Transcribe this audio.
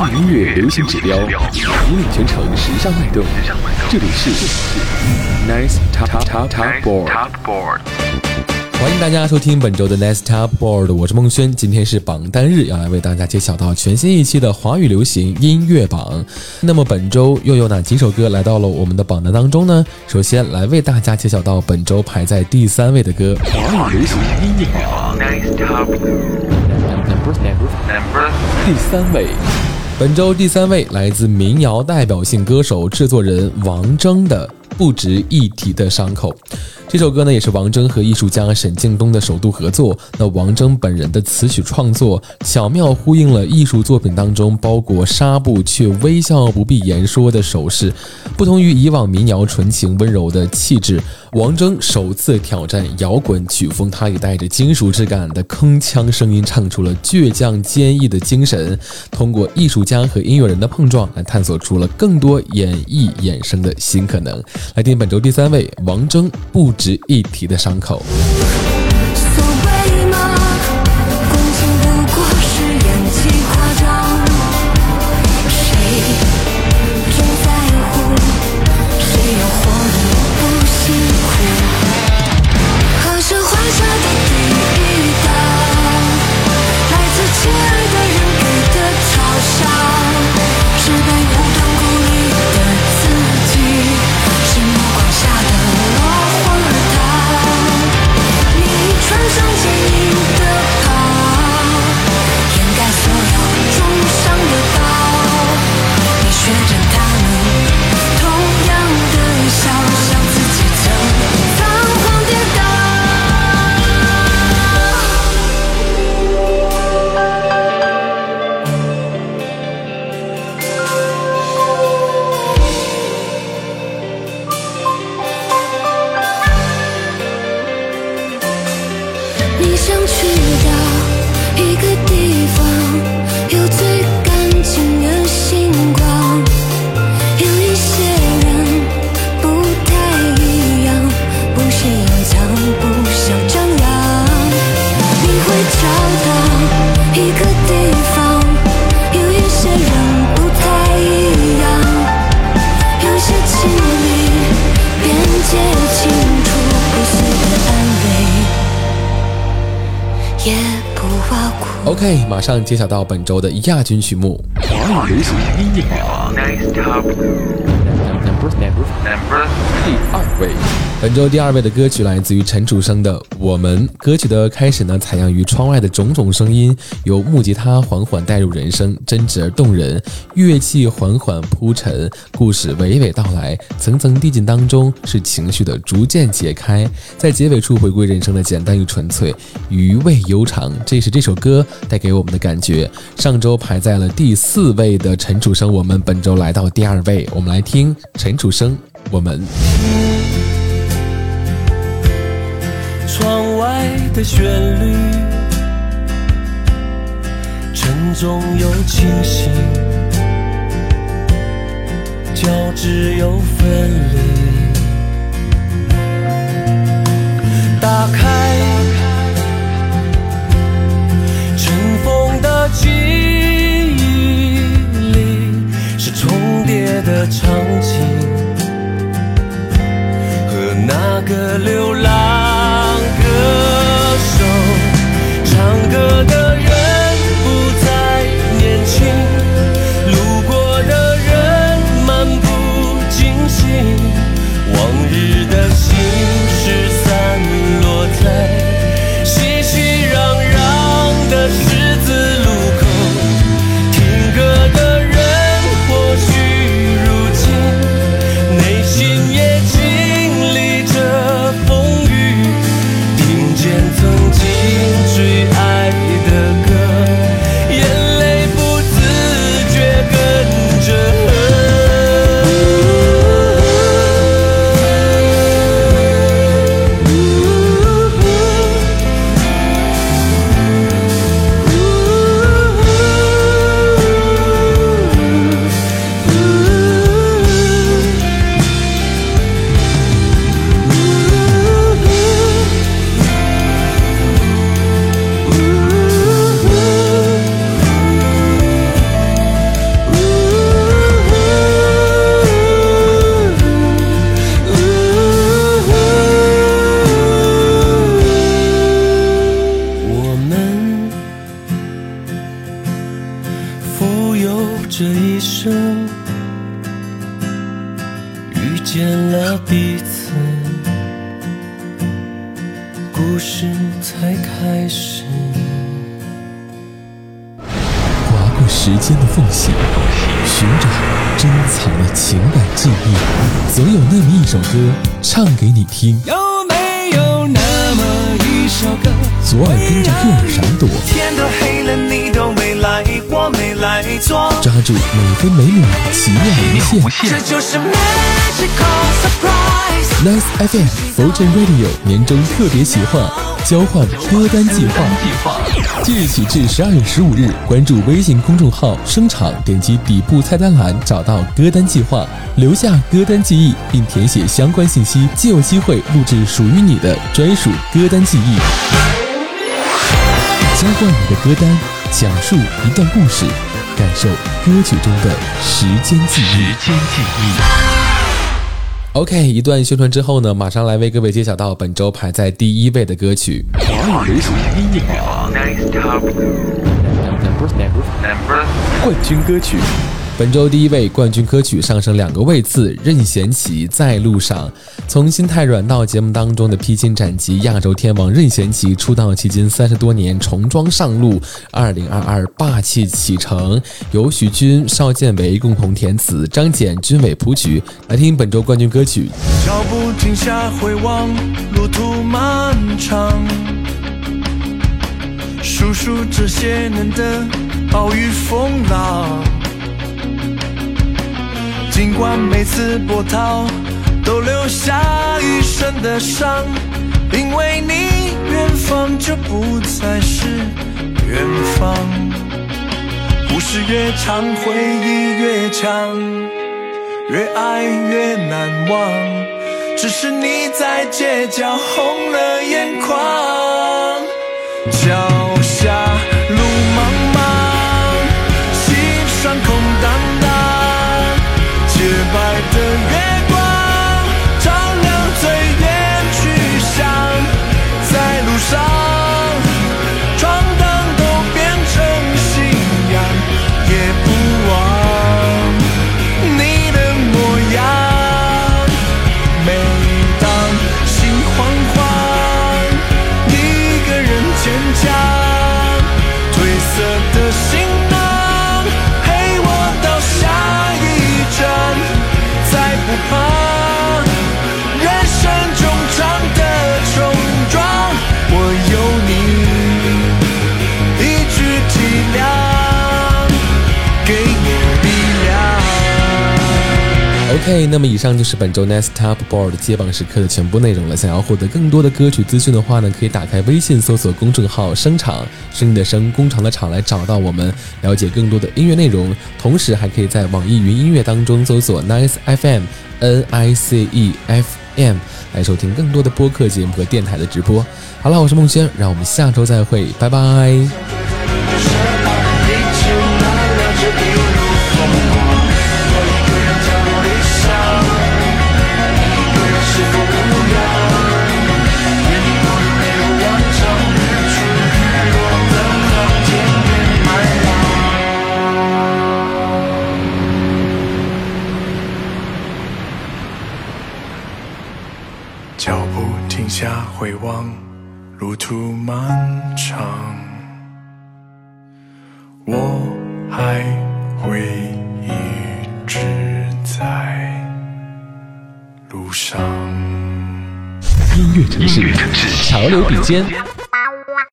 华语音乐流行指标，引领全城时尚脉动。这里是 Nice Top Board。欢迎大家收听本周的 Nice Top Board， 我是孟轩。今天是榜单日，要来为大家揭晓到全新一期的华语流行音乐榜。那么本周又有哪几首歌来到了我们的榜单当中呢？首先来为大家揭晓到本周排在第3位的歌，华语流行音乐榜 Nice Top Number 第3位。本周第3位来自民谣代表性歌手制作人王铮的不值一提的伤口。这首歌呢，也是王铮和艺术家沈敬东的首度合作。那王铮本人的词曲创作，巧妙呼应了艺术作品当中包裹纱布却微笑不必言说的手势。不同于以往民谣纯情温柔的气质，王铮首次挑战摇滚曲风，他也带着金属质感的铿锵声音，唱出了倔强坚毅的精神。通过艺术家和音乐人的碰撞，来探索出了更多演绎衍生的新可能。来听本周第3位，王铮不值一提的伤口。OK， 马上揭晓到本周的亚军曲目，华语流行音乐榜 Nice Top Number 第2位。本周第2位的歌曲来自于陈楚生的《我们》。歌曲的开始呢，采样于窗外的种种声音，由木吉他缓缓带入人声，真挚而动人，乐器缓缓铺陈，故事娓娓道来，层层递进当中是情绪的逐渐解开，在结尾处回归人生的简单与纯粹，余味悠长。这是这首歌带给我们的感觉。上周排在了第4位的陈楚生，我们本周来到第2位，我们来听陈楚生《我们》。 窗外的旋律沉重又清晰，交织又分离。打开尘封的记忆里，是重叠的场景和那个流浪歌手，唱歌的人不再年轻，路过的人漫不经心，往日的心事散落在熙熙攘攘的十字路口， 浮游这一生，遇见了彼此，故事才开始。 划过时间的缝隙，寻找珍藏的情感记忆，总有那么一首歌唱给你听。 有没有那么一首歌， 左耳跟着右耳闪躲， 天都黑了你都没来，我没来做， 抓住每分每秒的奇妙无限。 这就是 magical surprise。 Nice FM Fortune Radio 年终特别企划，交换歌单计划。即日起至12月15日，关注微信公众号声场，点击底部菜单栏找到歌单计划，留下歌单记忆并填写相关信息，就有机会录制属于你的专属歌单记忆。交换你的歌单，讲述一段故事，感受歌曲中的时间记忆。OK， 一段宣传之后呢，马上来为各位揭晓到本周排在第一位的歌曲。华语流行音乐冠军歌曲。本周第一位冠军歌曲上升2个位次，任贤齐在路上。从心太软到节目当中的披荆斩棘，亚洲天王任贤齐出道迄今30多年，重装上路，2022霸气启程，由许君、邵建伟共同填词，张简、君伟谱曲。来听本周冠军歌曲。 脚步停下回望，路途漫长，数数这些年的暴雨风浪，尽管每次波涛都留下一身的伤，因为你远方就不再是远方。故事越长，回忆越强，越爱越难忘，只是你在街角红了眼眶。脚下路茫茫，心上空荡荡，洁白的月光照亮最远去向，在路上闯荡都变成信仰，也不忘你的模样。每当心慌慌，一个人坚强，褪色的行囊陪我到下一站，再不怕人生中长的冲撞，我有你一句体谅，给我力量。 OK， 那么以上就是本周 Next Top Board 接榜时刻的全部内容了。想要获得更多的歌曲资讯的话呢，可以打开微信搜索公众号声场，声音的声，工厂的厂，来找到我们，了解更多的音乐内容。同时还可以在网易云音乐当中搜索 Nice FM NICE FM 来收听更多的播客节目和电台的直播。好了，我是孟轩，让我们下周再会，拜拜。 脚步停下回望，路途漫长，我还会一直在路上。 音乐城市，潮流比肩，